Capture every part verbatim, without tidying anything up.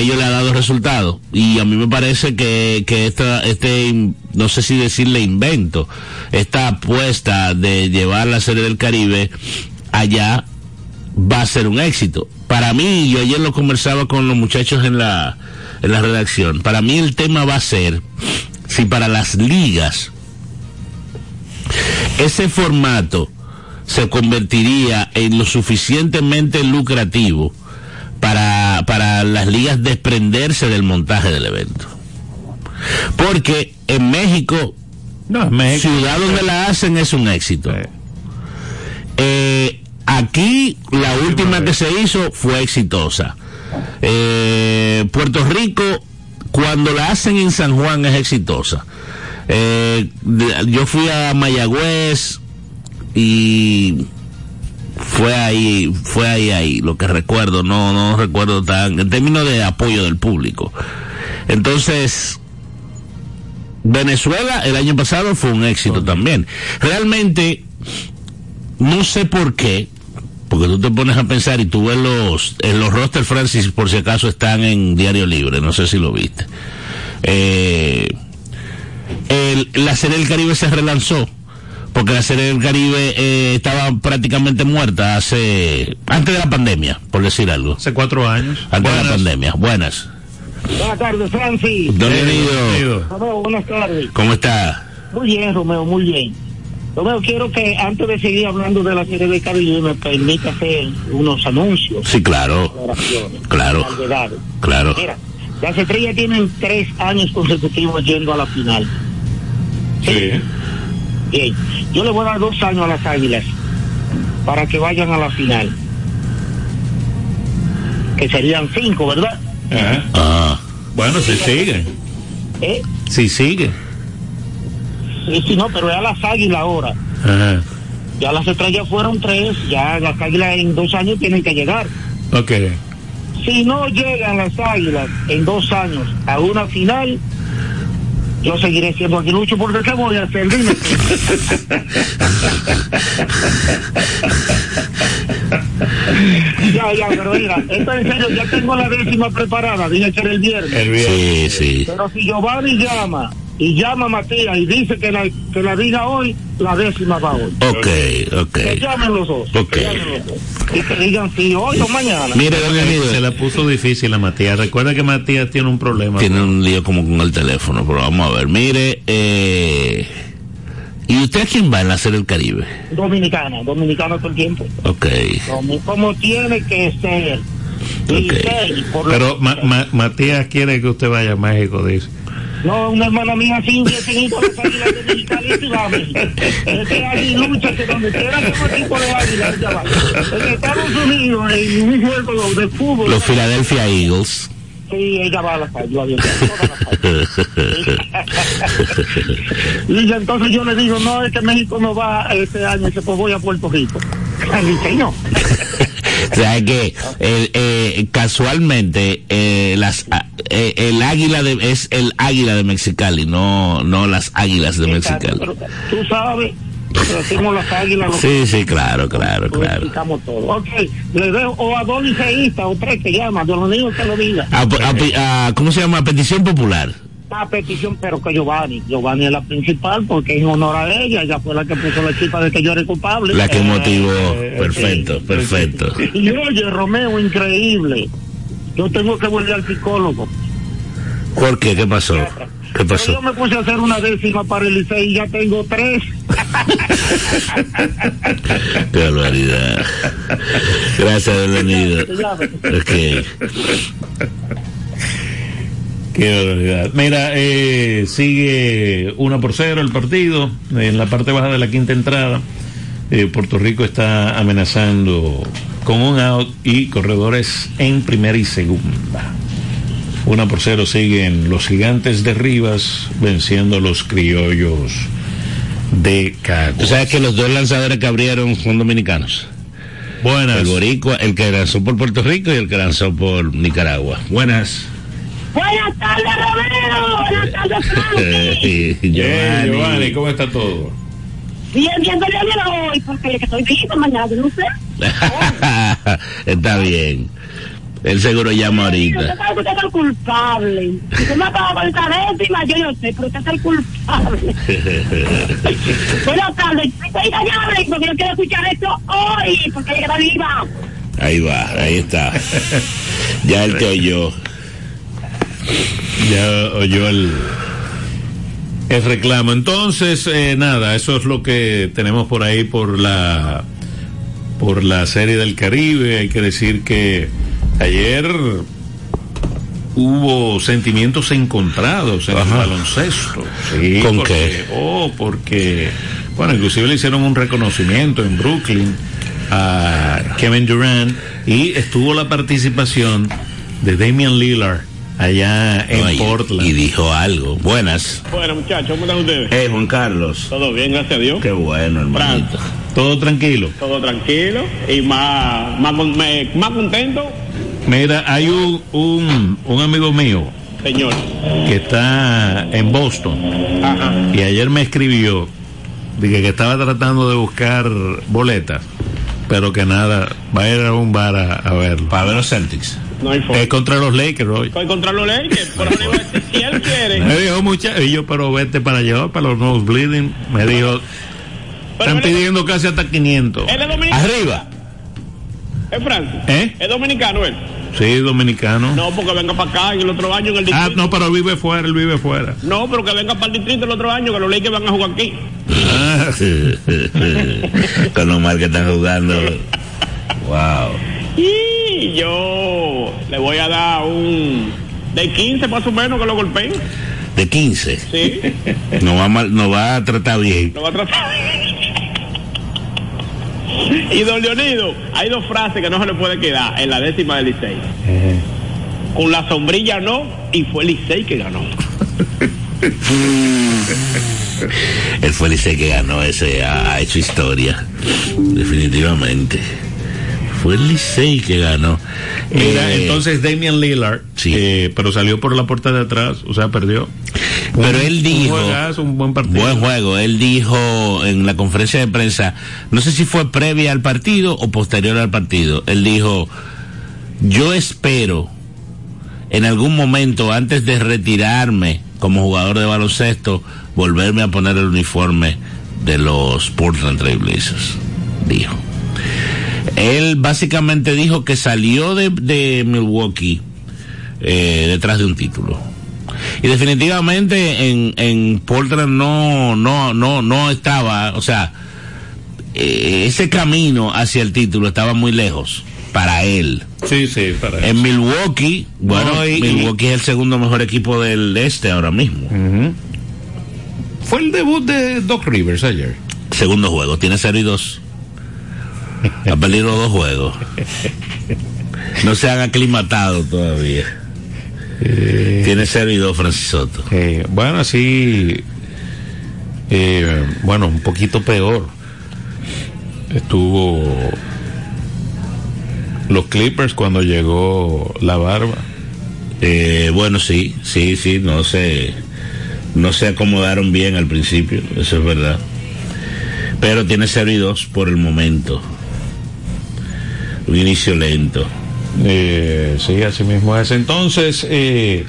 ellos le ha dado resultados. Y a mí me parece que, que esta, este, no sé si decirle invento, esta apuesta de llevar la Serie del Caribe allá va a ser un éxito. Para mí, yo ayer lo conversaba con los muchachos en la, en la redacción, para mí el tema va a ser si para las ligas ese formato se convertiría en lo suficientemente lucrativo para, para las ligas desprenderse del montaje del evento. Porque en México, no, en México ciudad donde la hacen es un éxito. Sí. Eh, aquí la sí, última que se hizo fue exitosa. Eh, Puerto Rico, cuando la hacen en San Juan, es exitosa. Eh, yo fui a Mayagüez y fue ahí, fue ahí, ahí, lo que recuerdo, no, no recuerdo tan, en términos de apoyo del público. Entonces, Venezuela el año pasado fue un éxito okay. también. Realmente, no sé por qué, porque tú te pones a pensar y tú ves los, en los roster Francis, por si acaso están en Diario Libre, no sé si lo viste. Eh, el, la Serie del Caribe se relanzó, porque la Serie del Caribe eh, estaba prácticamente muerta hace, antes de la pandemia, por decir algo. Hace cuatro años. Antes Buenas. de la pandemia. Buenas. Buenas tardes, Francis. Don Leonido. Romeo, buenas tardes. ¿Cómo está? Muy bien, Romeo, muy bien. Romeo, quiero que antes de seguir hablando de la Serie del Caribe me permita hacer unos anuncios. Sí, claro. Claro. Claro. Mira, las Estrellas tienen tres años consecutivos yendo a la final. Sí. sí. Bien. Yo le voy a dar dos años a las Águilas para que vayan a la final. Que serían cinco, ¿verdad? Ajá. Ah. Bueno, si siguen. ¿Eh? Si siguen. Sí, sí, no, pero es a las Águilas ahora. Ajá. Ya las Estrellas fueron tres, ya las Águilas en dos años tienen que llegar. Ok. Si no llegan las Águilas en dos años a una final, yo seguiré siendo aguilucho, porque ¿qué voy a hacer? Dime. ya, ya, pero mira, esto en serio, ya tengo la décima preparada, dije que era el viernes. El viernes. Sí, sí. Pero si Giovanni llama, y llama a Matías y dice que la, que la diga hoy, la décima va hoy. Ok, ok. Que llamen los dos. Ok. Que llamen los dos. Y que digan si hoy o mañana. Mire, don Leonido, se la puso difícil a Matías. Recuerda que Matías tiene un problema. Tiene un lío como con el teléfono, pero vamos a ver. Mire, eh... ¿y usted a quién va en la Serie del Caribe? Dominicana, dominicana todo el tiempo. Ok. Como, como tiene que ser. Okay. Ser por pero ma, ma, Matías quiere que usted vaya a México, dice. No, una hermana mía sin que tenga las Águilas de Mexicali y va a México. Este aguilucha que donde quiera que un equipo de Águilas ella va. En Estados Unidos, en un juego de fútbol. Los Philadelphia Eagles. Sí, ella va a la Águilas. Y entonces yo le digo, no, es que México no va este año, pues voy a Puerto Rico. Dice, no. O sea que eh, eh, casualmente eh, las eh, el águila de, es el águila de Mexicali, no no las águilas de Mexicali. Pero, tú sabes, decimos las águilas. Sí, sí, claro, claro, lo, claro. Explicamos todo. Ok, le dejo o a dos liceístas o tres que llaman, yo lo digo que lo diga. A, a, a, ¿Cómo se llama? Petición popular. A petición, pero que Giovanni, Giovanni es la principal porque en honor a ella, ella fue la que puso la chispa de que yo era culpable. La que motivó, eh, perfecto, sí. perfecto. Y oye, Romeo, increíble. Yo tengo que volver al psicólogo. ¿Por qué? ¿Qué pasó? ¿Qué pasó? Pero yo me puse a hacer una décima para el Licey y ya tengo tres. Qué barbaridad. Gracias, don Leonido. Ok. Qué barbaridad. Mira, eh, sigue uno por cero el partido. En la parte baja de la quinta entrada, eh, Puerto Rico está amenazando con un out y corredores en primera y segunda. Uno por cero siguen los Gigantes de Rivas venciendo a los Criollos de Caguas. ¿Tú sabes que los dos lanzadores que abrieron son dominicanos? Buenas. El boricua, el que lanzó por Puerto Rico y el que lanzó por Nicaragua. Buenas. Buenas tardes, Romero. Buenas tardes, Francis. Giovanni. Giovanni, ¿cómo está todo? Bien, bien, bien hoy, porque estoy vivo mañana, no sé. Está bien. Él seguro llama ahorita. Usted sabe que usted es el culpable. Usted me acaba con esta décima, yo no sé, pero usted es el culpable. Buenas tardes. Oiga, ya hable, porque yo quiero escuchar esto hoy, porque hay que estar viva. Ahí va, ahí está. Ya él te oyó. Ya oyó el, el reclamo. Entonces, eh, nada, eso es lo que tenemos por ahí por la por la Serie del Caribe. Hay que decir que ayer hubo sentimientos encontrados en Ajá. el baloncesto. Sí, ¿Con porque, qué? Oh, porque, bueno, inclusive le hicieron un reconocimiento en Brooklyn a Kevin Durant y estuvo la participación de Damian Lillard allá en Ay, Portland. Y dijo algo. Buenas. Bueno, muchachos, ¿cómo están ustedes? Eh, Juan Carlos. Todo bien, gracias a Dios. Qué bueno, hermanito. Todo tranquilo. Todo tranquilo y más, más, me- más contento, Mira, hay un, un, un amigo mío señor. que está en Boston Ajá. y ayer me escribió dije que estaba tratando de buscar boletas, pero que nada, va a ir a un bar a, a verlo. Para ver los Celtics. No hay forma. Es contra los Lakers hoy. Estoy contra los Lakers, pero le iba a decir, si él quiere. Me dijo mucha, y yo, pero vete para allá, para los nosebleeding. Me dijo, Pero están él es- pidiendo casi hasta quinientos. Él es dominicano. Arriba. ¿Es Francis? ¿Eh? ¿Es dominicano él? Sí, dominicano. No, porque venga para acá en el otro año en el Ah, distrito. no, pero él vive fuera, él vive fuera. No, pero que venga para el distrito el otro año, que los Lakers van a jugar aquí. Ah, Con lo mal que están jugando. Wow. Y yo le voy a dar un de quince más o menos que lo golpeen. De quince. Sí, No va, mal, no va a tratar bien. lo va a tratar. Y don Leonido, hay dos frases que no se le puede quedar en la décima del Licey. Con la sombrilla no, y fue el Licey que ganó. Él fue el Licey que ganó ese, ha, ha hecho historia. Definitivamente. Fue el Licey que ganó. Mira, Eh, entonces Damian Lillard, sí. eh, pero salió por la puerta de atrás, o sea, perdió. Pero Un- él dijo, un juegazo, un buen partido. buen juego, él dijo en la conferencia de prensa, no sé si fue previa al partido o posterior al partido, él dijo, yo espero en algún momento antes de retirarme como jugador de baloncesto, volverme a poner el uniforme de los Portland Trail Blazers, dijo. Él básicamente dijo que salió de, de Milwaukee eh, detrás de un título. Y definitivamente en, en Portland no, no, no, no estaba, o sea, eh, ese camino hacia el título estaba muy lejos para él. Sí, sí, para En Milwaukee, bueno, No, y- Milwaukee es el segundo mejor equipo del este ahora mismo. Ujú. Fue el debut de Doc Rivers ayer. Segundo juego, tiene cero y dos. Ha perdido dos juegos. No se han aclimatado todavía. Tiene cero y dos Francis Soto. Eh, bueno, así, eh, bueno, un poquito peor. Estuvo los Clippers cuando llegó la barba. Eh, bueno, sí, sí, sí, no se, no se acomodaron bien al principio, eso es verdad. Pero tiene cero y dos por el momento. Un inicio lento. Eh, sí, así mismo es. Entonces, eh,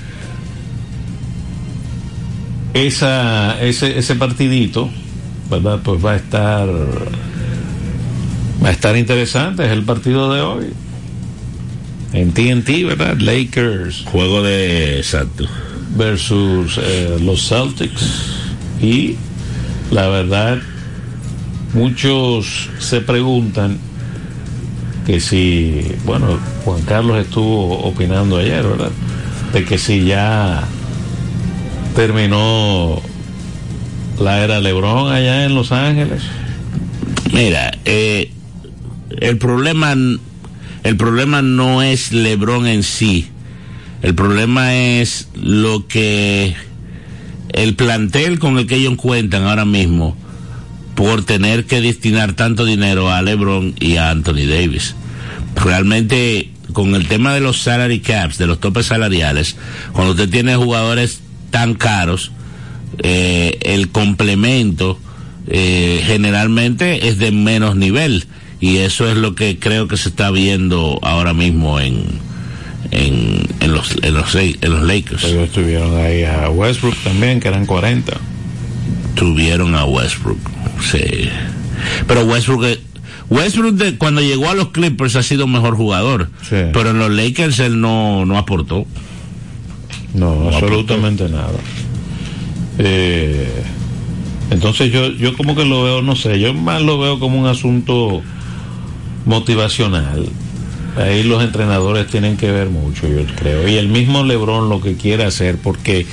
esa, ese, ese partidito, ¿verdad? Pues va a estar, va a estar interesante. Es el partido de hoy. En T N T, ¿verdad? Lakers Juego de exacto. versus eh, los Celtics. Y la verdad, muchos se preguntan que si, bueno, Juan Carlos estuvo opinando ayer, ¿verdad? De que si ya terminó la era LeBron allá en Los Ángeles. Mira, eh, el problema, el problema no es LeBron en sí. El problema es lo que el plantel con el que ellos cuentan ahora mismo por tener que destinar tanto dinero a LeBron y a Anthony Davis. Realmente, con el tema de los salary caps, de los topes salariales, cuando usted tiene jugadores tan caros, eh, el complemento eh, generalmente es de menos nivel, y eso es lo que creo que se está viendo ahora mismo en, en, en los en los en los Lakers. Pero estuvieron ahí a Westbrook también, que eran cuarenta. Tuvieron a Westbrook, sí. Pero Westbrook Westbrook de, cuando llegó a los Clippers ha sido mejor jugador, sí. Pero en los Lakers él no no aportó. No, no absolutamente aportó. Nada. Eh, entonces yo yo como que lo veo, no sé, yo más lo veo como un asunto motivacional. Ahí los entrenadores tienen que ver mucho, yo creo. Y el mismo LeBron lo que quiere hacer, porque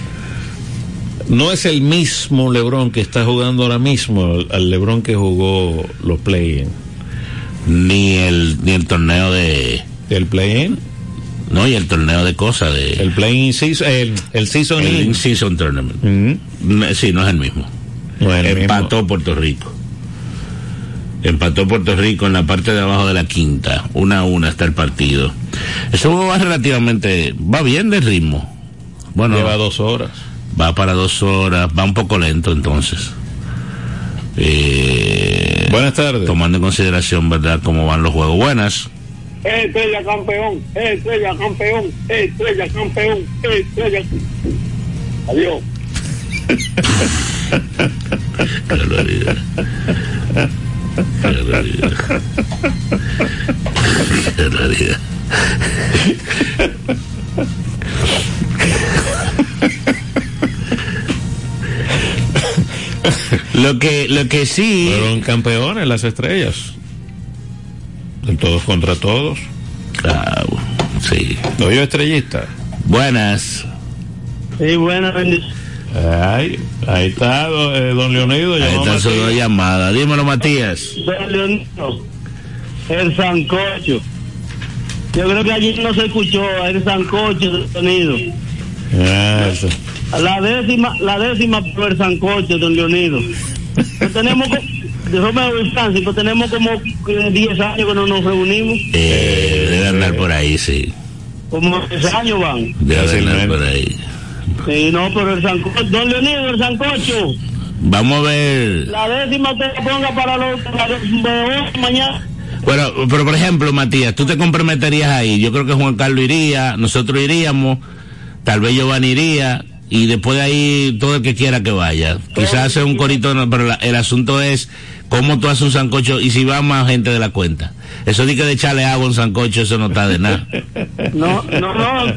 no es el mismo LeBron que está jugando ahora mismo al LeBron que jugó los play-in. Ni el ni el torneo de... ¿El play-in? No, y el torneo de cosas de... El play-in season, el, el season... El in season tournament. Mm-hmm. Sí, no es el mismo. No es el Empató mismo. Puerto Rico. Empató Puerto Rico en la parte de abajo de la quinta. Una a una está el partido. Eso va relativamente... Va bien de ritmo. Bueno, lleva dos horas. Va para dos horas, va un poco lento entonces. Eh, Buenas tardes. Tomando en consideración, ¿verdad?, cómo van los juegos. Buenas. Estrella campeón, estrella campeón, estrella campeón, estrella. Adiós. Qué realidad. Qué realidad. Qué realidad. Lo que, lo que sí. Fueron campeones las estrellas. De todos contra todos. Ah, sí. ¿No yo estrellista? Buenas. Sí, buenas, bendiciones. Ahí, ahí está, eh, don Leonido. Ahí está su dos llamadas. Dímelo, Matías. Don Leonido, el sancocho. Yo creo que allí no se escuchó el sancocho del sonido. Ah, eso. La décima, la décima por el sancocho, don Leonido. Pues tenemos, de Romeo y Francis, pues tenemos como diez años que no nos reunimos. Eh, debe andar por ahí, sí. Como diez años van. Debe andar por ahí. Sí, no, pero el sancocho, don Leonido, el sancocho. Vamos a ver. La décima te la ponga para los, para los de hoy, mañana. Bueno, pero por ejemplo, Matías, tú te comprometerías ahí. Yo creo que Juan Carlos iría, nosotros iríamos, tal vez Giovanni iría. Y después de ahí, todo el que quiera que vaya. Quizás hace un corito, pero la, el asunto es cómo tú haces un sancocho y si va más gente de la cuenta. Eso de que de echarle agua a un sancocho, eso no está de nada. No, no, no.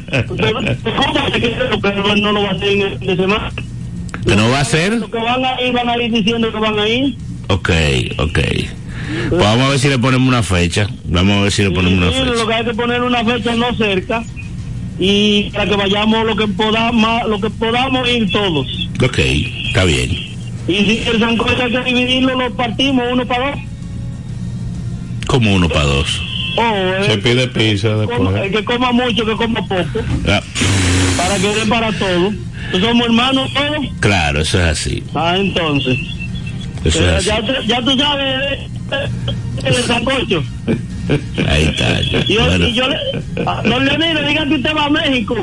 Pero no lo va a hacer en el fin de semana. ¿Que no va a hacer? Los que van a ir, van a ir diciendo que van a ir. Ok, ok. Pues vamos a ver si le ponemos una fecha. Vamos a ver si le ponemos una fecha. Lo que hay que poner una fecha no cerca. Y para que vayamos lo que podamos, lo que podamos ir todos. Ok, está bien. Y si el sancocho hay que dividirlo, lo partimos uno para dos. Como uno para dos. Oh, se pide pizza después. Coma, el que coma mucho, que coma poco. Ah. Para que den para todos. Somos hermanos todos. Claro, eso es así. Ah, entonces. Eso eh, es ya, así. ya tú sabes eh, el sancocho. Ahí está. Y yo, bueno. y yo le, don Leonido, digan que usted va a México.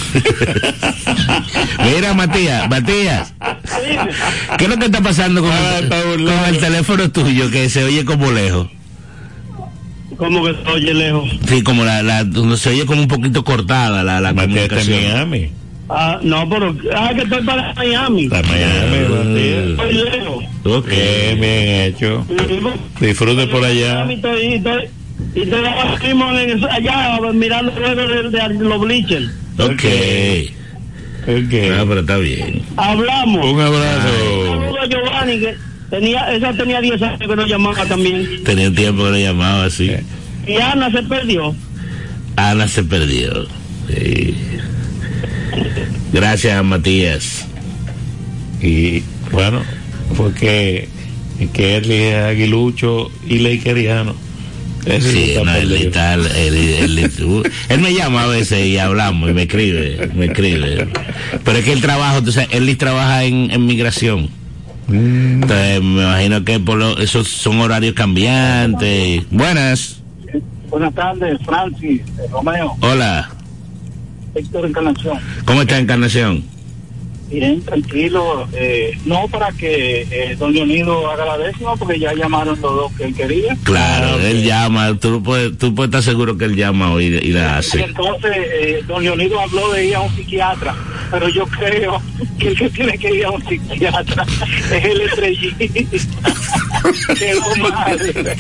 Mira, Matías, Matías, ¿qué es lo que está pasando con, ah, el, con el teléfono tuyo que se oye como lejos? ¿Cómo que se oye lejos? Sí, como la, la se oye como un poquito cortada la, la comunicación. Está en Miami. Ah, no, pero ah, que estoy para Miami. Para Miami, Matías. Estoy lejos. Ok, bien, bien hecho. Disfrute por allá. Estoy, estoy, y te allá mirando de, de, de los bleachers. Ok. Okay. No, pero está bien. Hablamos. Un abrazo. Un saludo a Giovanni, que tenía, esa tenía diez años que no llamaba también. Tenía un tiempo que no llamaba, sí. Okay. Y Ana se perdió. Ana se perdió. Sí. Gracias, Matías. Y bueno, porque que él es aguilucho y lakeriano. Sí, no, él, está, él, él, él, él me llama a veces y hablamos y me escribe, me escribe. Pero es que el trabajo, tú sabes, él trabaja en, en migración. Mm. Entonces me imagino que por lo, esos son horarios cambiantes. Buenas. Buenas tardes, Francis, Romeo. Hola. Héctor Encarnación. ¿Cómo está Encarnación? Bien, tranquilo. Eh, no para que eh, don Leonido haga la décima, porque ya llamaron los dos que él quería. Claro, ah, él okay. llama, tú puedes, tú puedes estar seguro que él llama hoy y la hace. Y entonces, eh, don Leonido habló de ir a un psiquiatra, pero yo creo que el que tiene que ir a un psiquiatra es el Estrellita. Quedó mal.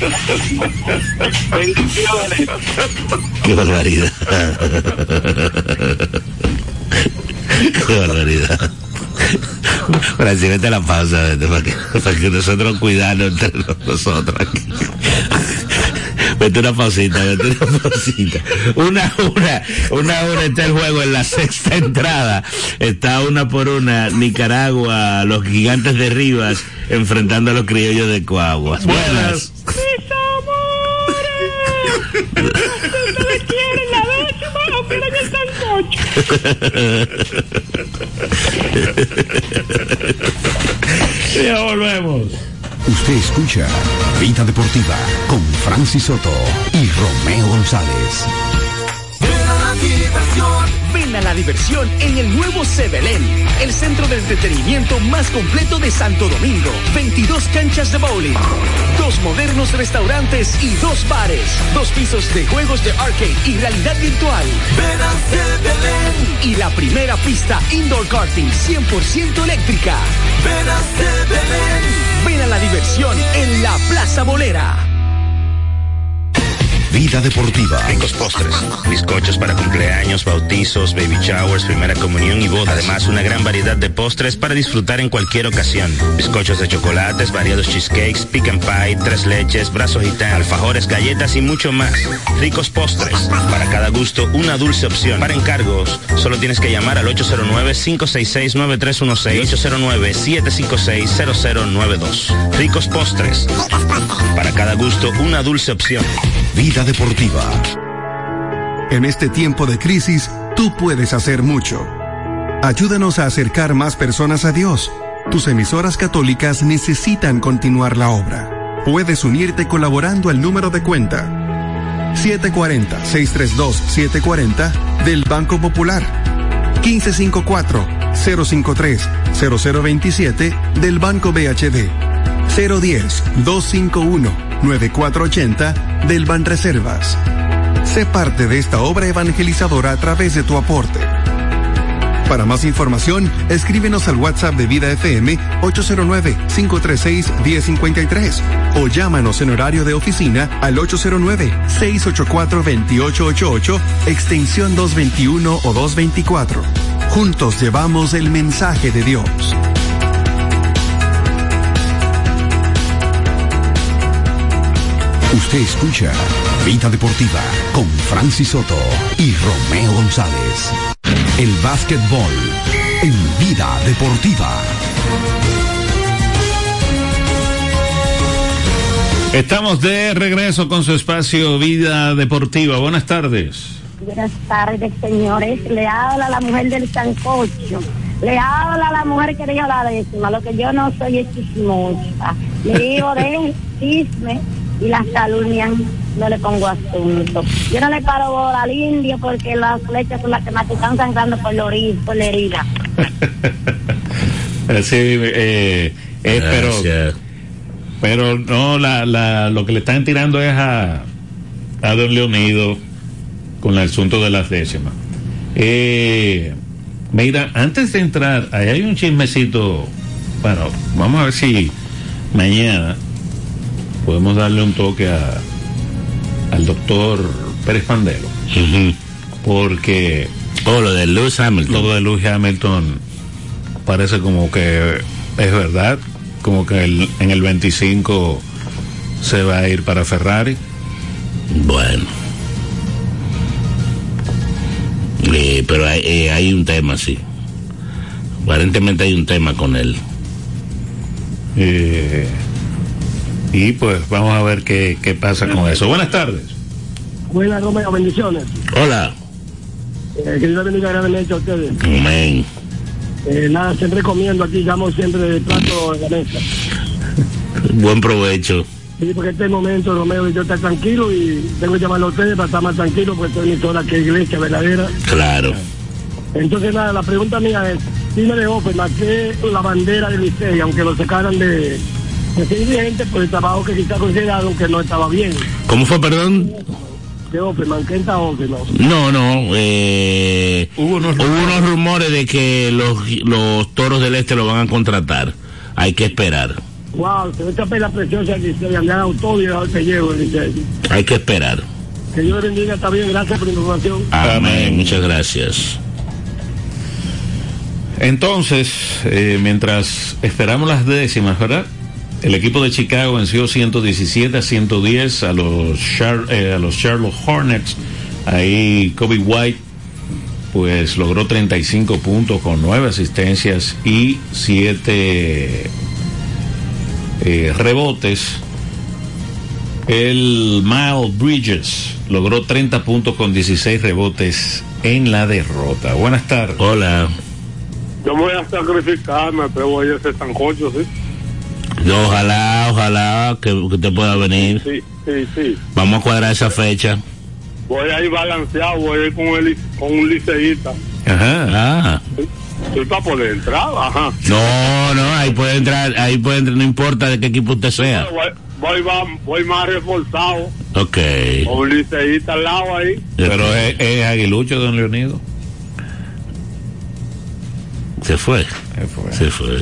Bendiciones. Qué barbaridad. Qué barbaridad. Para si vete la pausa, vete, para, que, para que nosotros cuidarnos entre nosotros aquí. Vete una pausita, vete una pausita. Una hora, una hora está el juego en la sexta entrada. Está una por una Nicaragua, los Gigantes de Rivas, enfrentando a los Criollos de Coahuas. Buenas. ¡Mis amores! ¿Ustedes quieren la décima o quieren el sancocho? Ya volvemos. Usted escucha Vida Deportiva con Francis Soto y Romeo González. Ven a la diversión en el nuevo Sebelén, el centro de entretenimiento más completo de Santo Domingo. veintidós canchas de bowling, dos modernos restaurantes y dos bares, dos pisos de juegos de arcade y realidad virtual. Ven a Sebelén. Y la primera pista indoor karting cien por ciento eléctrica. Ven a Sebelén. Ven a la diversión en la Plaza Bolera. Vida Deportiva. Ricos postres, bizcochos para cumpleaños, bautizos, baby showers, primera comunión y bodas. Además, una gran variedad de postres para disfrutar en cualquier ocasión. Bizcochos de chocolates, variados cheesecakes, pick and pie, tres leches, brazos gitán, alfajores, galletas y mucho más. Ricos postres, para cada gusto una dulce opción. Para encargos, solo tienes que llamar al ocho cero nueve, cinco seis seis, nueve tres uno seis, ocho cero nueve, siete cinco seis, cero cero nueve dos. Ricos postres, para cada gusto una dulce opción. Vida Deportiva. En este tiempo de crisis, tú puedes hacer mucho. Ayúdanos a acercar más personas a Dios. Tus emisoras católicas necesitan continuar la obra. Puedes unirte colaborando al número de cuenta siete cuatro cero, seis tres dos, siete cuatro cero del Banco Popular, quince cincuenta y cuatro, cero cincuenta y tres, cero cero veintisiete del Banco B H D, cero diez, dos cincuenta y uno, nueve cuatro ochenta del Banreservas. Sé parte de esta obra evangelizadora a través de tu aporte. Para más información, escríbenos al WhatsApp de Vida F M ocho cero nueve, cinco tres seis, uno cero cinco tres o llámanos en horario de oficina al ocho cero nueve, seis ocho cuatro, dos ocho ocho ocho, extensión doscientos veintiuno o doscientos veinticuatro. Juntos llevamos el mensaje de Dios. Usted escucha Vida Deportiva con Francis Soto y Romeo González. El básquetbol en Vida Deportiva. Estamos de regreso con su espacio Vida Deportiva. Buenas tardes. Buenas tardes, señores. Le habla la mujer del sancocho. Le habla la mujer que dijo la décima. Lo que yo no soy es chismosa. Le digo de chisme y las calumnias no le pongo asunto. Yo no le paro bola al indio porque las flechas son las que me están sangrando por la herida. Por la herida. Sí, eh, eh, pero, pero no, la, la, lo que le están tirando es a, a don Leonido con el asunto de las décimas. Eh, mira, antes de entrar, ahí hay un chismecito. Bueno, vamos a ver si mañana podemos darle un toque a al doctor Pérez Pandelo, uh-huh. porque oh, lo de Lewis Hamilton lo de Lewis Hamilton parece como que es verdad, como que el, en el veinticinco se va a ir para Ferrari. Bueno, eh, pero hay, eh, hay un tema, sí, aparentemente hay un tema con él. eh Y pues vamos a ver qué, qué pasa con eso. Buenas tardes. Buenas, Romeo, bendiciones. Hola. Eh, que Dios bendiga grandemente a ustedes. Amén. Eh, nada, siempre comiendo aquí, llamo siempre de plato en la mesa. Buen provecho. Sí, porque este momento, Romeo, yo estoy tranquilo y tengo que llamarlo a ustedes para estar más tranquilo, porque estoy en toda la que iglesia verdadera. Claro. Entonces, nada, la pregunta mía es, dime de Open, marqué la bandera del Licey, aunque lo sacaran de, de dirigente por el trabajo que quizá consideraron que no estaba bien. ¿Cómo fue, perdón? De Open, Quenta Open, ¿no? No, no, eh, hubo, unos hubo unos rumores de que los, los Toros del Este lo van a contratar. Hay que esperar. Wow, se ve esta pena preciosa al Licey, han ganado todo y el pellejo del Licey. Hay que esperar. Que Dios bendiga, está bien, gracias por la información. Amén, Amén. Muchas gracias. Entonces, eh, mientras esperamos las décimas, ¿verdad? El equipo de Chicago venció ciento diecisiete a ciento diez a los, Char- eh, a los Charlotte Hornets. Ahí Kobe White pues logró treinta y cinco puntos con nueve asistencias y siete eh, rebotes. El Miles Bridges logró treinta puntos con dieciséis rebotes en la derrota. Buenas tardes. Hola. Yo voy a sacrificarme, pero voy a hacer sancocho, ¿sí? Ojalá, ojalá que, que te pueda venir. Sí, sí, sí. Vamos a cuadrar esa fecha. Voy a ir balanceado, voy a ir con, el, con un liceísta. Ajá. Ah. ¿Tú para poder entrar? Ajá. No, no, ahí puede entrar, ahí puede entrar, no importa de qué equipo usted sea. Voy, voy, voy, voy más reforzado. Ok. Con un liceísta al lado ahí. Pero es, es aguilucho, don Leonido. Se fue. Se fue. Se fue.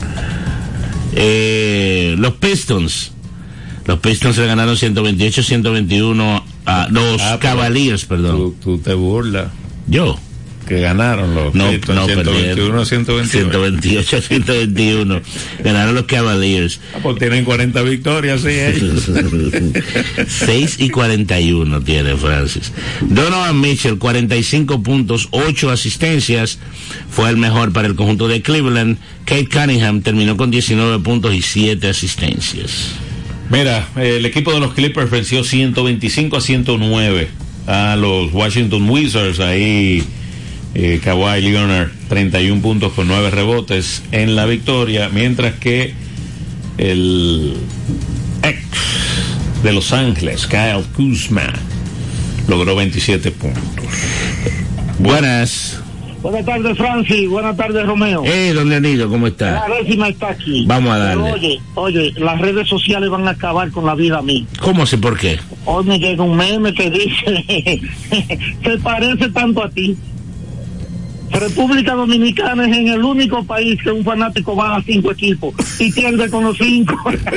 Eh, los Pistons. Los Pistons le ganaron ciento veintiocho a ciento veintiuno a los ah, Cavaliers, perdón. Tú, tú te burlas. ¿Yo? Que ganaron los no, Pistons, no, ciento veintiuno a ciento veintiuno. ciento veintiocho a ciento veintiuno. Ganaron los Cavaliers. Ah, pues tienen cuarenta victorias, sí. ellos. seis y cuarenta y uno tiene Francis. Donovan Mitchell, cuarenta y cinco puntos, ocho asistencias. Fue el mejor para el conjunto de Cleveland. Kate Cunningham terminó con diecinueve puntos y siete asistencias. Mira, el equipo de los Clippers venció ciento veinticinco a ciento nueve a los Washington Wizards. Ahí eh, Kawhi Leonard, treinta y uno puntos con nueve rebotes en la victoria, mientras que el ex de Los Ángeles, Kyle Kuzma, logró veintisiete puntos. Buenas. Buenas tardes, Francis. Buenas tardes, Romeo. Eh, don Leonido, ¿cómo está? La décima está aquí. Vamos a darle. Pero oye, oye, las redes sociales van a acabar con la vida a mí. ¿Cómo así? ¿Por qué? Hoy me llega un meme que dice, se parece tanto a ti. República Dominicana es en el único país que un fanático va a cinco equipos y pierde con los cinco.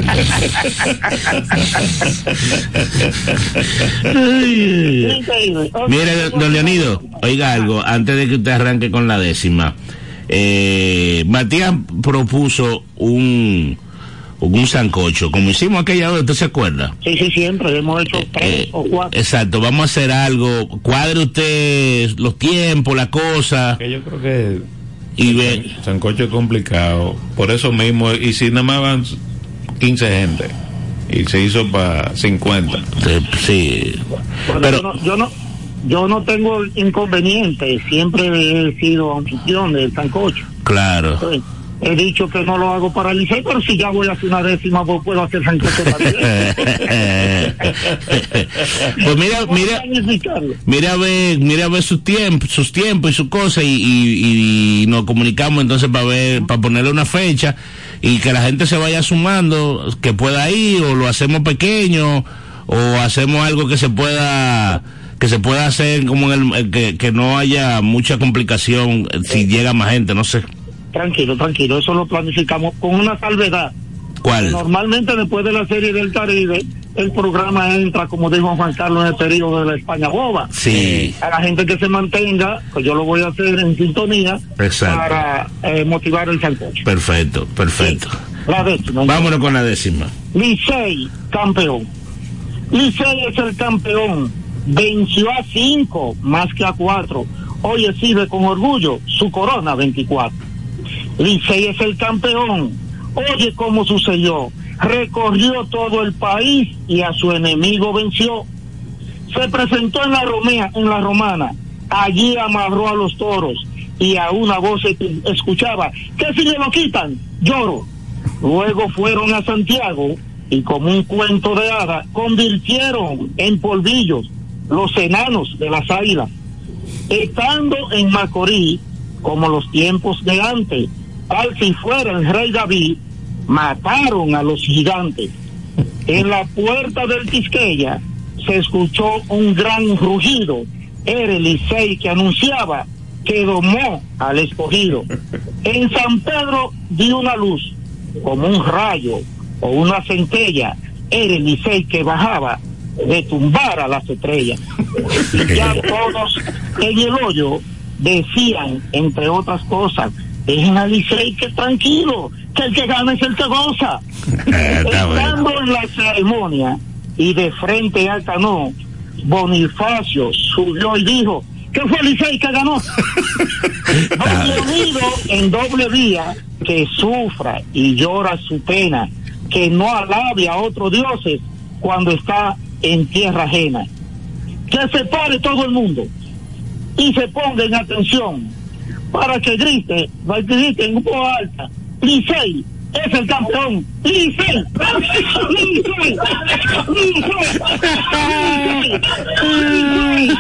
Mire, don Leonido, oiga algo, antes de que usted arranque con la décima. Eh, Matías propuso un un sancocho, como hicimos aquella vez, ¿usted se acuerda? Sí, sí, siempre, hemos hecho tres eh, o cuatro. Exacto, vamos a hacer algo, cuadre usted los tiempos, la cosa. Que yo creo que y ve, sancocho es complicado, por eso mismo, y si nada más van quince gente, y se hizo para cincuenta. Sí, bueno, pero yo no, yo no yo no tengo inconveniente, siempre he sido anfitrión del sancocho. Claro. Sí. He dicho que no lo hago para el Licey, pero si ya voy a hacer una décima, pues puedo hacer sancocho también. Pues mira, mira, mira a ver, mira a ver sus tiempos, sus tiempos y sus cosas, y, y, y nos comunicamos entonces para ver, para ponerle una fecha y que la gente se vaya sumando, que pueda ir, o lo hacemos pequeño, o hacemos algo que se pueda que se pueda hacer como en el, que, que no haya mucha complicación si llega más gente, no sé. Tranquilo, tranquilo, eso lo planificamos con una salvedad. ¿Cuál? Normalmente después de la Serie del Caribe, el programa entra, como dijo Juan Carlos, en el periodo de la España Boba. Sí. A la gente que se mantenga, pues yo lo voy a hacer en sintonía. Exacto. Para eh, motivar el sancocho. Perfecto, perfecto. Sí. La décima. Vámonos con la décima. Licey, campeón. Licey es el campeón. Venció a cinco, más que a cuatro. Hoy exhibe con orgullo su corona veinticuatro. Licey es el campeón. Oye cómo sucedió. Recorrió todo el país y a su enemigo venció. Se presentó en la Romea, en la Romana. Allí amarró a los toros y a una voz escuchaba: ¿qué si me lo quitan? Lloro. Luego fueron a Santiago y, como un cuento de hada, convirtieron en polvillos los enanos de las águilas. Estando en Macorís, como los tiempos de antes. Tal si fuera el rey David, mataron a los gigantes. En la puerta del Quisqueya se escuchó un gran rugido. Era el Licey que anunciaba que domó al Escogido. En San Pedro dio una luz, como un rayo o una centella. Era el Licey que bajaba de tumbar a las estrellas. Y ya todos en el hoyo decían, entre otras cosas, dejen al Licey que tranquilo, que el que gana es el que goza. Estando en la ceremonia y de frente al cano, Bonifacio subió y dijo, ¿qué fue el Licey que ganó? Leonido en doble vía, que sufra y llora su pena, que no alabe a otros dioses cuando está en tierra ajena. Que se pare todo el mundo y se ponga en atención para que grite, va a grite en voz alta, Licey es el campeón, Licey, Licey, Licey.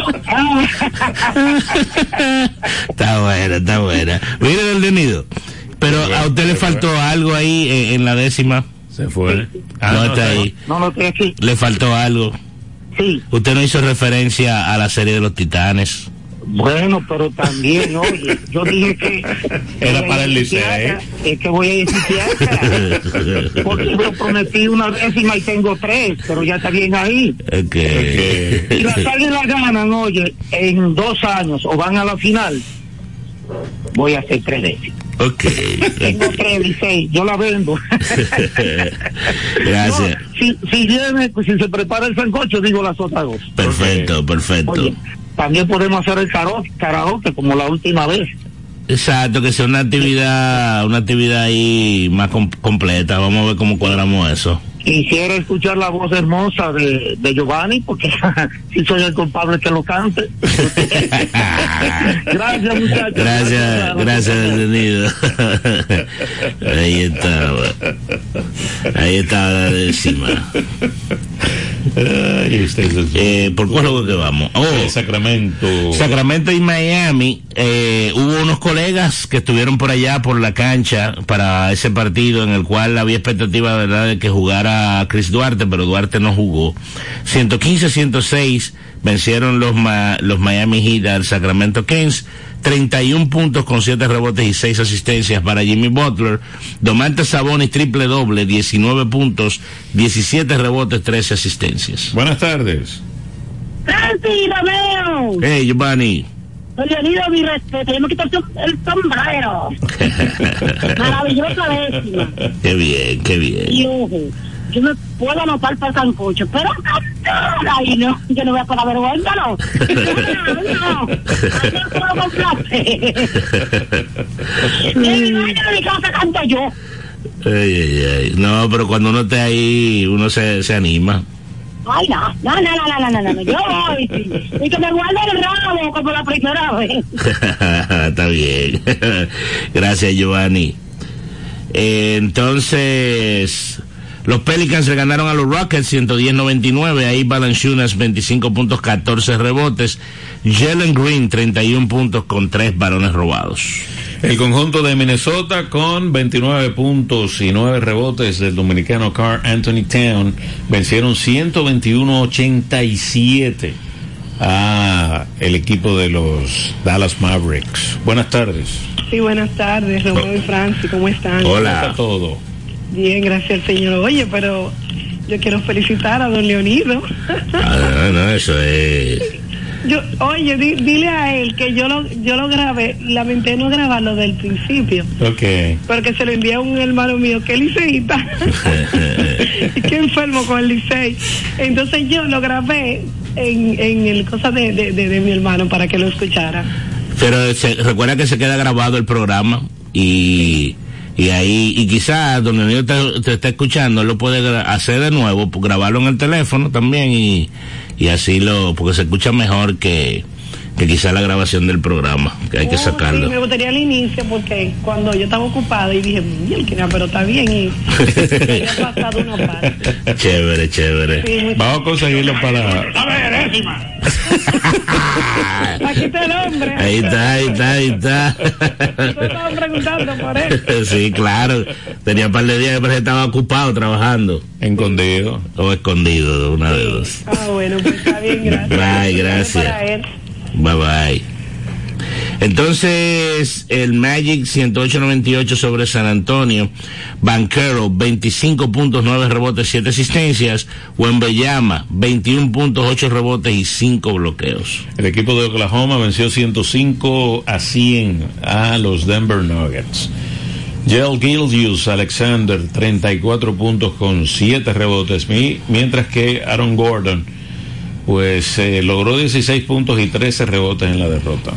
Está buena, está buena. Mire el Leonido, pero a usted le faltó algo ahí en, en la décima. Se fue. Ah, no, no está ahí. No, no estoy aquí. Le faltó algo. Sí. Usted no hizo referencia a la serie de los Titanes. Bueno, pero también, oye, yo dije que era para el Licey, ¿eh? Es que voy a decir que porque yo prometí una décima y tengo tres, pero ya está bien ahí. Okay. Si las Águilas ganan, oye, en dos años o van a la final, voy a hacer tres décimas. Ok. Tengo tres Licey, yo la vendo. Gracias. No, si, si viene, pues, si se prepara el sancocho, digo las otras dos. Perfecto, perfecto. Oye, también podemos hacer el karaoke, karaoke como la última vez. Exacto, que sea una actividad, una actividad ahí más com- completa. Vamos a ver cómo cuadramos eso. Quisiera escuchar la voz hermosa de, de Giovanni, porque si soy el culpable que lo cante. Gracias, muchachos. Gracias, gracias, detenido. Ahí está, ahí está la décima. Eh, ¿Por cuál juego que vamos? Oh, Sacramento. Sacramento y Miami. Eh, hubo unos colegas que estuvieron por allá, por la cancha, para ese partido en el cual había expectativa, de verdad, de que jugara Chris Duarte, pero Duarte no jugó. ciento quince a ciento seis vencieron los ma- los Miami Heat al Sacramento Kings. treinta y un puntos con siete rebotes y seis asistencias para Jimmy Butler. Domantas Sabonis triple doble, diecinueve puntos, diecisiete rebotes, trece asistencias. Buenas tardes. Francis Romeo. Hey, Giovanni. Leonido, mi respeto, tenemos que quitarse el sombrero. Maravillosa décima. Qué bien, qué bien. Y ojo, yo me puedo anotar para el sancocho, pero ay no, yo no voy a pasar vergüenza, no. No, no, no puedo complacer. En mi baño de mi casa canto yo. Ay, ay, ay. No, pero cuando uno esté ahí, uno se, se anima. Ay, no, no, no, no, no, no, no, no, yo voy, sí. Y que me guarde el rabo como la primera vez. Está bien. Gracias, Giovanni. Eh, entonces, los Pelicans le ganaron a los Rockets ciento diez a noventa y nueve. Ahí Valanciunas veinticinco puntos, catorce rebotes. Jalen Green treinta y un puntos con tres balones robados. El conjunto de Minnesota con veintinueve puntos y nueve rebotes del dominicano Karl Anthony Town vencieron ciento veintiuno a ochenta y siete a el equipo de los Dallas Mavericks. Buenas tardes. Sí, buenas tardes, Romeo y Francis, ¿cómo están? Hola. ¿Cómo está todo? Bien, gracias al Señor. Oye, pero yo quiero felicitar a don Leonido. Ah, no, no, eso es... Yo, oye, di, dile a él que yo lo yo lo grabé, lamenté no grabarlo del principio. Ok. Porque se lo envié a un hermano mío que es liceísta y que enfermo con el Licey. Entonces yo lo grabé en, en el cosa de, de, de, de mi hermano para que lo escuchara. Pero se, recuerda que se queda grabado el programa y... Y ahí, y quizás donde el niño te, te está escuchando, él lo puede gra- hacer de nuevo, pues, grabarlo en el teléfono también y, y así lo, porque se escucha mejor que, que quizá la grabación del programa, que hay oh, que sacarlo. Sí, me gustaría al inicio porque cuando yo estaba ocupada y dije, mira, pero está bien y había pasado una parte. Chévere, chévere. Sí, vamos a conseguirlo para... A ver, décima. Aquí está el hombre. Ahí está, ahí está, ahí está. Ustedes estaban preguntando por él. Sí, claro. Tenía un par de días que estaba ocupado trabajando. Escondido. O escondido, una de dos. Ah, bueno, pues está bien, gracias. Bye, gracias. Para él. Bye, bye. Entonces, el Magic ciento ocho noventa y ocho sobre San Antonio. Banchero, veinticinco puntos, nueve rebotes, siete asistencias. Wembanyama, veintiún puntos, ocho rebotes y cinco bloqueos. El equipo de Oklahoma venció ciento cinco a cien a los Denver Nuggets. Gel Gilgeous Alexander, treinta y cuatro puntos con siete rebotes, mientras que Aaron Gordon pues eh, logró dieciséis puntos y trece rebotes en la derrota.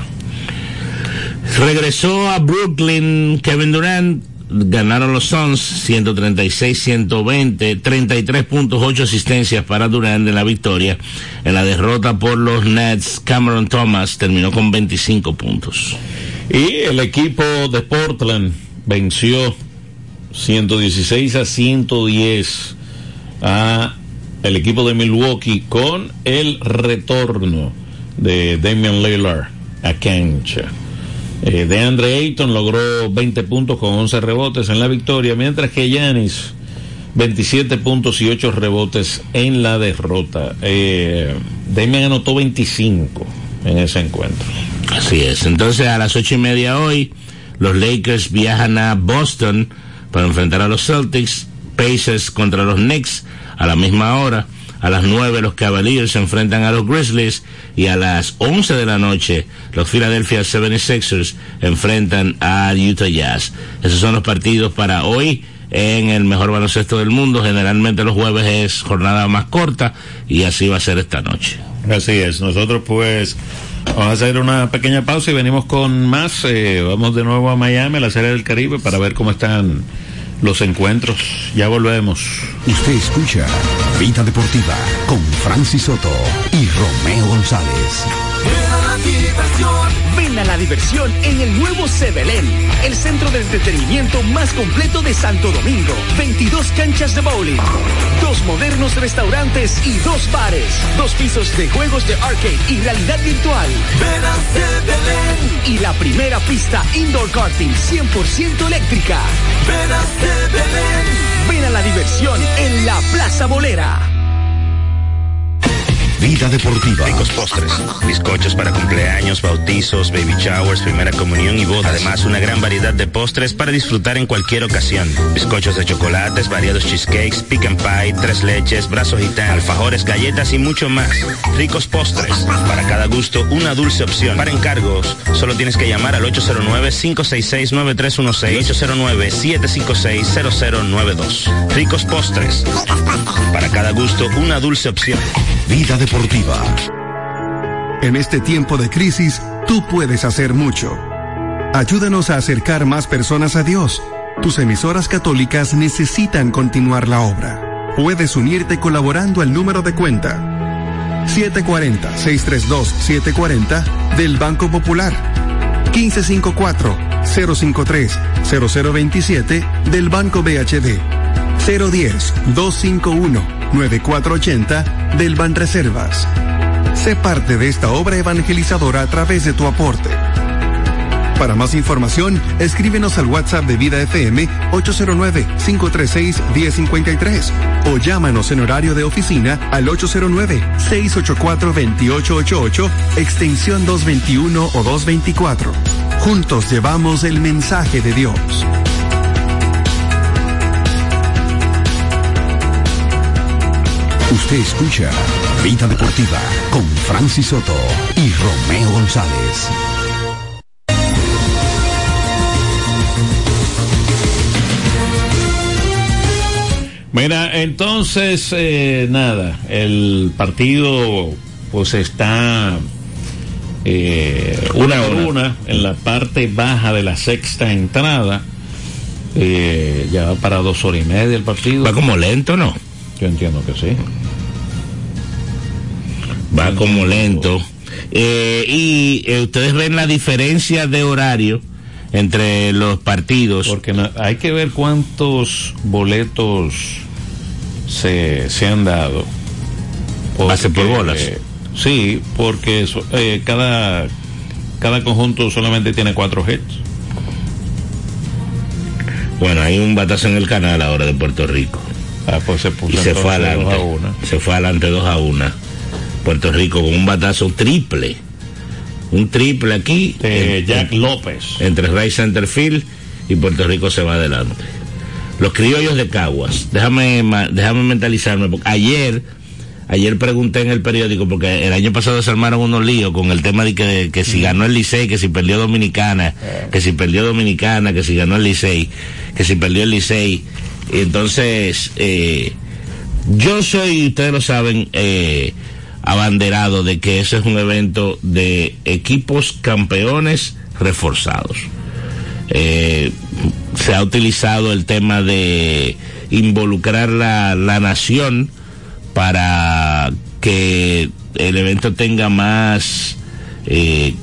Regresó a Brooklyn Kevin Durant, ganaron los Suns ciento treinta y seis a ciento veinte, treinta y tres puntos, ocho asistencias para Durant en la victoria. En la derrota por los Nets, Cameron Thomas terminó con veinticinco puntos. Y el equipo de Portland venció ciento dieciséis a ciento diez a el equipo de Milwaukee con el retorno de Damian Lillard a cancha. Eh, DeAndre Ayton logró veinte puntos con once rebotes en la victoria, mientras que Giannis veintisiete puntos y ocho rebotes en la derrota. Eh, Damian anotó veinticinco en ese encuentro. Así es. Entonces a las ocho y media hoy los Lakers viajan a Boston para enfrentar a los Celtics. Pacers contra los Knicks a la misma hora. A las nueve los Cavaliers se enfrentan a los Grizzlies y a las once de la noche los Philadelphia setenta y seis ers enfrentan a Utah Jazz. Esos son los partidos para hoy en el mejor baloncesto del mundo. Generalmente los jueves es jornada más corta y así va a ser esta noche. Así es. Nosotros pues vamos a hacer una pequeña pausa y venimos con más. Eh, vamos de nuevo a Miami, a la Serie del Caribe, para ver cómo están los encuentros. Ya volvemos. Usted escucha Vida Deportiva con Francis Soto y Romeo González. Ven a la diversión en el nuevo Sebelén, el centro de entretenimiento más completo de Santo Domingo. veintidós canchas de bowling, dos modernos restaurantes y dos bares, dos pisos de juegos de arcade y realidad virtual. Ven a Sebelén. Y la primera pista indoor karting cien por ciento eléctrica. Ven a Sebelén. Ven a la diversión en la Plaza Bolera. Vida Deportiva. Ricos postres, bizcochos para cumpleaños, bautizos, baby showers, primera comunión y bodas. Además, una gran variedad de postres para disfrutar en cualquier ocasión. Bizcochos de chocolates, variados cheesecakes, pick and pie, tres leches, brazos gitanos, alfajores, galletas y mucho más. Ricos postres, para cada gusto una dulce opción. Para encargos, solo tienes que llamar al ocho cero nueve, cinco seis seis, nueve tres uno seis, ocho cero nueve, siete cinco seis, cero cero nueve dos. Ricos postres, para cada gusto una dulce opción. Vida Deportiva. En este tiempo de crisis, tú puedes hacer mucho. Ayúdanos a acercar más personas a Dios. Tus emisoras católicas necesitan continuar la obra. Puedes unirte colaborando al número de cuenta siete cuatro cero, seis tres dos, siete cuatro cero del Banco Popular, quince cincuenta y cuatro, cero cincuenta y tres, cero cero veintisiete del Banco B H D, cero diez, dos cincuenta y uno, nueve cuatro ochenta del Banreservas. Sé parte de esta obra evangelizadora a través de tu aporte. Para más información, escríbenos al WhatsApp de Vida F M ocho cero nueve, cinco tres seis, uno cero cinco tres o llámanos en horario de oficina al ocho cero nueve, seis ocho cuatro, dos ocho ocho ocho, extensión doscientos veintiuno o doscientos veinticuatro. Juntos llevamos el mensaje de Dios. Usted escucha Vida Deportiva con Francis Soto y Romeo González. Mira, entonces, eh, nada, el partido pues está eh, una por una en la parte baja de la sexta entrada. Eh, ya va para dos horas y media el partido. Va como lento, ¿no? Yo entiendo que sí. Va como lento. Eh, y eh, ustedes ven la diferencia de horario entre los partidos. Porque no, hay que ver cuántos boletos se, se han dado. Base por bolas. Eh, sí, porque eso, eh, cada, cada conjunto solamente tiene cuatro hits. Bueno, hay un batazo en el canal ahora de Puerto Rico. Ah, pues se puso y se fue adelante. dos a uno. Se fue adelante dos a uno. Puerto Rico con un batazo triple. Un triple aquí. De en, Jack en, López. Entre right center field y Puerto Rico se va adelante. Los criollos de Caguas. Déjame, déjame mentalizarme. Porque ayer, ayer pregunté en el periódico, porque el año pasado se armaron unos líos con el tema de que, que si ganó el Licey, que si perdió Dominicana, que si perdió Dominicana, que si ganó el Licey, que si perdió el Licey. Entonces, eh, yo soy, ustedes lo saben, eh, abanderado de que ese es un evento de equipos campeones reforzados. Eh, se ha utilizado el tema de involucrar la, la nación para que el evento tenga más, eh,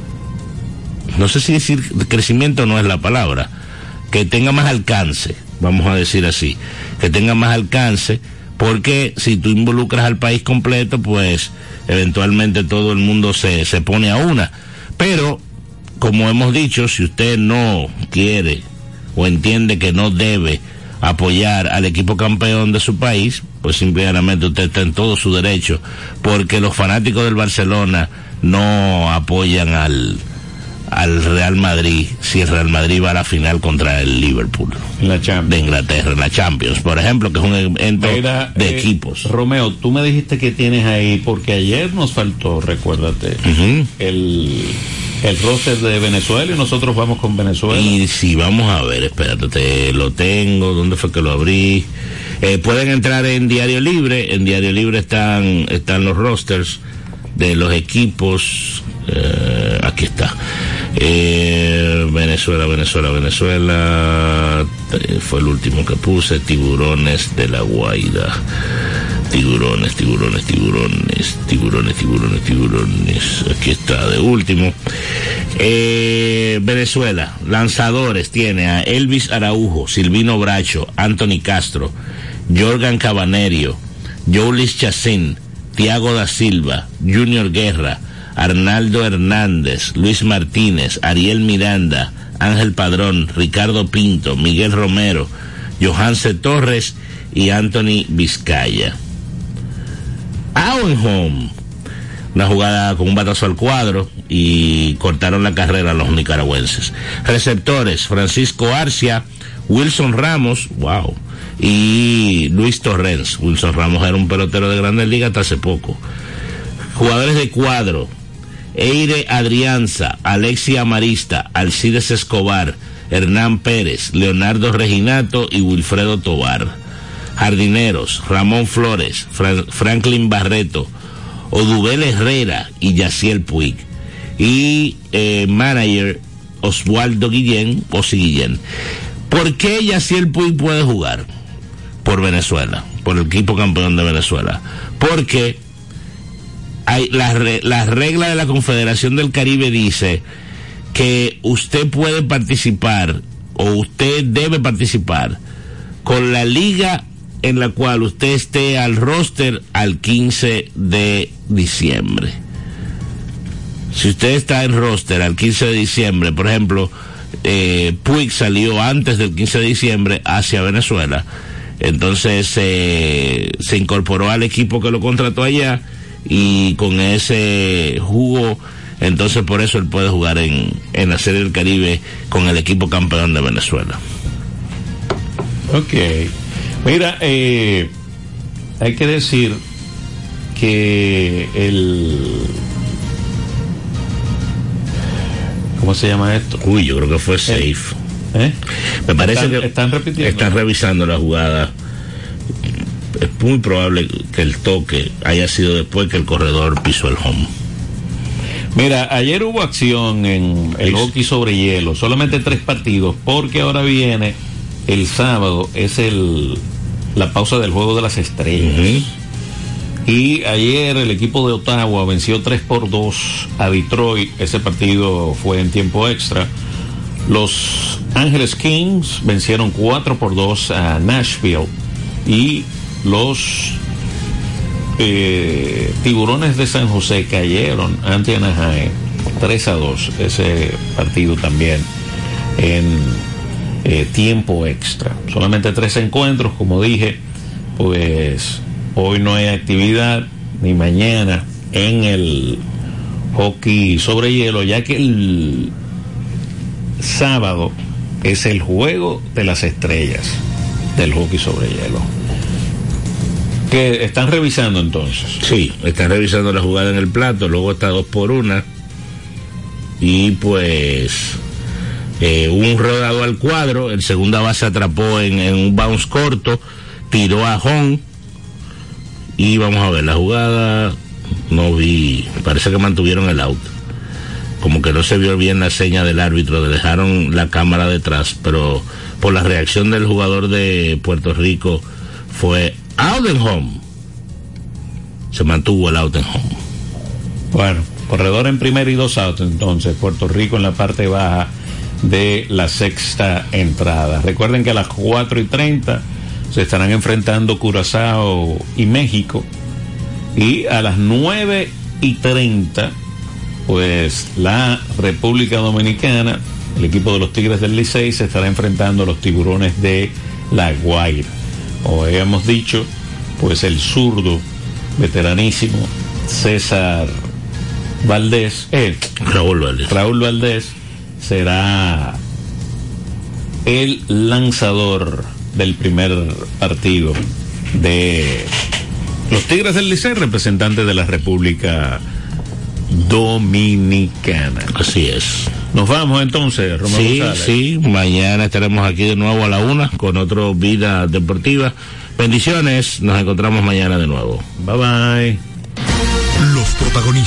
no sé si decir crecimiento no es la palabra, que tenga más alcance, vamos a decir así, que tenga más alcance, porque si tú involucras al país completo, pues eventualmente todo el mundo se, se pone a una. Pero, como hemos dicho, si usted no quiere o entiende que no debe apoyar al equipo campeón de su país, pues simplemente usted está en todo su derecho, porque los fanáticos del Barcelona no apoyan al al Real Madrid si el Real Madrid va a la final contra el Liverpool en la Champions de Inglaterra, en la Champions, por ejemplo, que es un evento Mira, de eh, equipos. Romeo, tú me dijiste que tienes ahí, porque ayer nos faltó, recuérdate, uh-huh. el el roster de Venezuela, y nosotros vamos con Venezuela. Y si vamos a ver, espérate, te lo tengo, ¿dónde fue que lo abrí? Eh, pueden entrar en Diario Libre, en Diario Libre están están los rosters de los equipos, eh, aquí está. Eh, Venezuela, Venezuela, Venezuela, eh, fue el último que puse, Tiburones de la Guaira. Tiburones, tiburones, tiburones, tiburones, tiburones, tiburones. Aquí está de último. Eh, Venezuela, lanzadores, tiene a Elvis Araujo, Silvino Bracho, Anthony Castro, Jorgan Cabanerio, Joulis Chacín, Tiago da Silva, Junior Guerra, Arnaldo Hernández, Luis Martínez, Ariel Miranda, Ángel Padrón, Ricardo Pinto, Miguel Romero, Johanse Torres y Anthony Vizcaya. Out and home, una jugada con un batazo al cuadro y cortaron la carrera los nicaragüenses. Receptores, Francisco Arcia, Wilson Ramos, wow, y Luis Torrens. Wilson Ramos era un pelotero de Grandes Ligas hasta hace poco. Jugadores de cuadro, Eire Adrianza, Alexia Marista, Alcides Escobar, Hernán Pérez, Leonardo Reginato y Wilfredo Tobar. Jardineros, Ramón Flores, Fra- Franklin Barreto, Odubel Herrera y Yaciel Puig. Y eh, manager, Oswaldo Guillén, Osi Guillén. ¿Por qué Yaciel Puig puede jugar? Por Venezuela, por el equipo campeón de Venezuela. Porque hay la, re, la regla de la Confederación del Caribe dice que usted puede participar, o usted debe participar, con la liga en la cual usted esté al roster al quince de diciembre. Si usted está en roster al quince de diciembre, por ejemplo, eh, Puig salió antes del quince de diciembre hacia Venezuela, entonces eh, se incorporó al equipo que lo contrató allá, y con ese jugo, entonces por eso él puede jugar en, en la Serie del Caribe con el equipo campeón de Venezuela. Ok. Mira, eh, hay que decir que el... ¿Cómo se llama esto? Uy, yo creo que fue safe. ¿Eh? Me parece están, que están repitiendo. Están revisando la jugada. Es muy probable que el toque haya sido después que el corredor pisó el home. Mira, ayer hubo acción en el hockey sobre hielo, solamente tres partidos, porque ahora viene el sábado, es el la pausa del Juego de las Estrellas. Uh-huh. Y ayer el equipo de Ottawa venció tres por dos a Detroit. Ese partido fue en tiempo extra. Los Ángeles Kings vencieron cuatro por dos a Nashville. Y los eh, Tiburones de San José cayeron ante Anaheim tres a dos. Ese partido también en eh, tiempo extra. Solamente tres encuentros, como dije, pues hoy no hay actividad ni mañana en el hockey sobre hielo, ya que el sábado es el juego de las estrellas del hockey sobre hielo. ¿Que están revisando entonces? Sí, están revisando la jugada en el plato, luego está dos por una. Y pues eh, un rodado al cuadro, el segunda base atrapó en, en un bounce corto, tiró a home. Y vamos a ver la jugada, no vi, parece que mantuvieron el out, como que no se vio bien la seña del árbitro, dejaron la cámara detrás, pero por la reacción del jugador de Puerto Rico fue out and home, se mantuvo el out and home. Bueno, corredor en primera y dos outs, entonces Puerto Rico en la parte baja de la sexta entrada. Recuerden que a las cuatro y treinta se estarán enfrentando Curazao y México, y a las nueve y treinta pues la República Dominicana, el equipo de los Tigres del Licey, se estará enfrentando a los Tiburones de La Guaira. Como habíamos dicho, pues el zurdo veteranísimo César Valdés, eh, Raúl Valdés. Raúl Valdés será el lanzador del primer partido de los Tigres del Licey, representante de la República Dominicana. Así es. Nos vamos entonces, Romero Sí, González. sí, mañana estaremos aquí de nuevo a la una con otro Vida Deportiva. Bendiciones, nos encontramos mañana de nuevo. Bye bye. Los protagonistas.